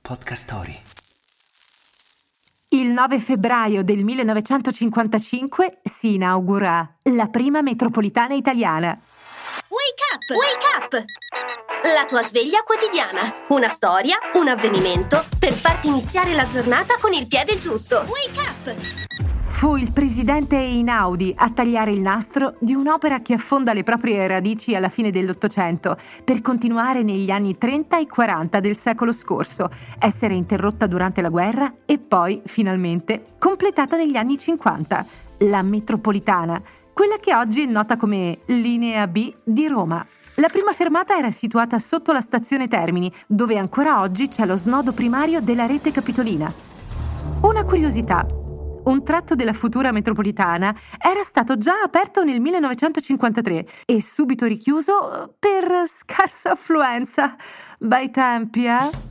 Podcast Story. Il 9 febbraio del 1955 si inaugura la prima metropolitana italiana. Wake up! La tua sveglia quotidiana. Una storia, un avvenimento per farti iniziare la giornata con il piede giusto. Wake up! Fu il presidente Einaudi a tagliare il nastro di un'opera che affonda le proprie radici alla fine dell'Ottocento per continuare negli anni 30 e 40 del secolo scorso, essere interrotta durante la guerra e poi, finalmente, completata negli anni 50. La metropolitana, quella che oggi è nota come Linea B di Roma. La prima fermata era situata sotto la stazione Termini, dove ancora oggi c'è lo snodo primario della rete capitolina. Una curiosità: un tratto della futura metropolitana era stato già aperto nel 1953 e subito richiuso per scarsa affluenza. Bei tempi, eh?